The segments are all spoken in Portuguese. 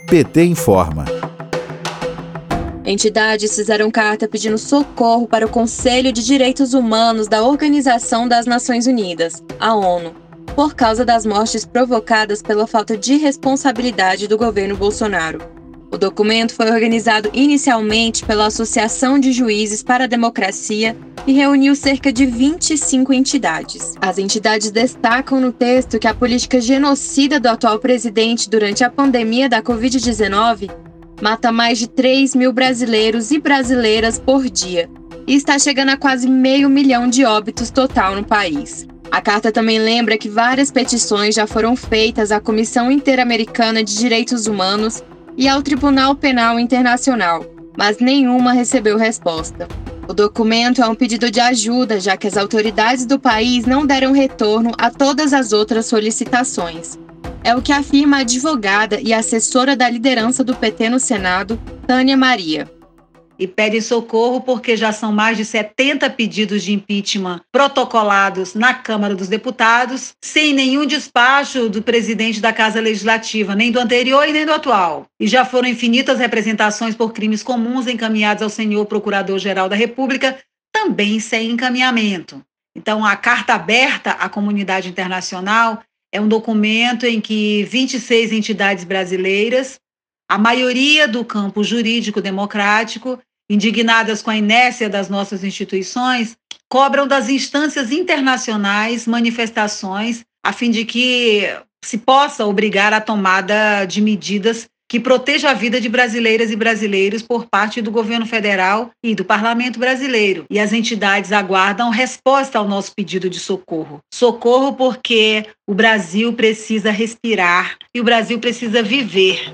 PT informa. Entidades fizeram carta pedindo socorro para o Conselho de Direitos Humanos da Organização das Nações Unidas, a ONU, por causa das mortes provocadas pela falta de responsabilidade do governo Bolsonaro. O documento foi organizado inicialmente pela Associação de Juízes para a Democracia e reuniu cerca de 25 entidades. As entidades destacam no texto que a política genocida do atual presidente durante a pandemia da Covid-19 mata mais de 3 mil brasileiros e brasileiras por dia e está chegando a quase 500 mil de óbitos total no país. A carta também lembra que várias petições já foram feitas à Comissão Interamericana de Direitos Humanos e ao Tribunal Penal Internacional, mas nenhuma recebeu resposta. O documento é um pedido de ajuda, já que as autoridades do país não deram retorno a todas as outras solicitações. É o que afirma a advogada e assessora da liderança do PT no Senado, Tânia Maria. E pede socorro porque já são mais de 70 pedidos de impeachment protocolados na Câmara dos Deputados, sem nenhum despacho do presidente da Casa Legislativa, nem do anterior e nem do atual. E já foram infinitas representações por crimes comuns encaminhados ao senhor Procurador-Geral da República, também sem encaminhamento. Então, a Carta Aberta à Comunidade Internacional é um documento em que 26 entidades brasileiras, a maioria do campo jurídico democrático, indignadas com a inércia das nossas instituições, cobram das instâncias internacionais manifestações a fim de que se possa obrigar a tomada de medidas que protejam a vida de brasileiras e brasileiros por parte do governo federal e do parlamento brasileiro. E as entidades aguardam resposta ao nosso pedido de socorro. Socorro porque o Brasil precisa respirar e o Brasil precisa viver.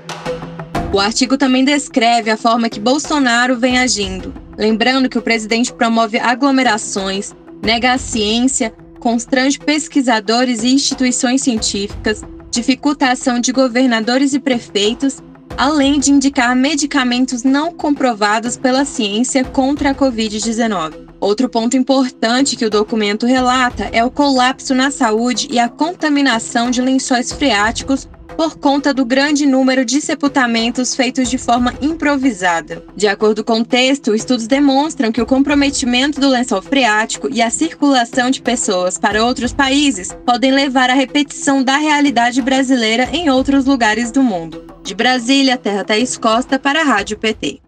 O artigo também descreve a forma que Bolsonaro vem agindo, lembrando que o presidente promove aglomerações, nega a ciência, constrange pesquisadores e instituições científicas, dificulta a ação de governadores e prefeitos, além de indicar medicamentos não comprovados pela ciência contra a Covid-19. Outro ponto importante que o documento relata é o colapso na saúde e a contaminação de lençóis freáticos por conta do grande número de sepultamentos feitos de forma improvisada. De acordo com o texto, estudos demonstram que o comprometimento do lençol freático e a circulação de pessoas para outros países podem levar à repetição da realidade brasileira em outros lugares do mundo. De Brasília, Terra Thaís Costa para a Rádio PT.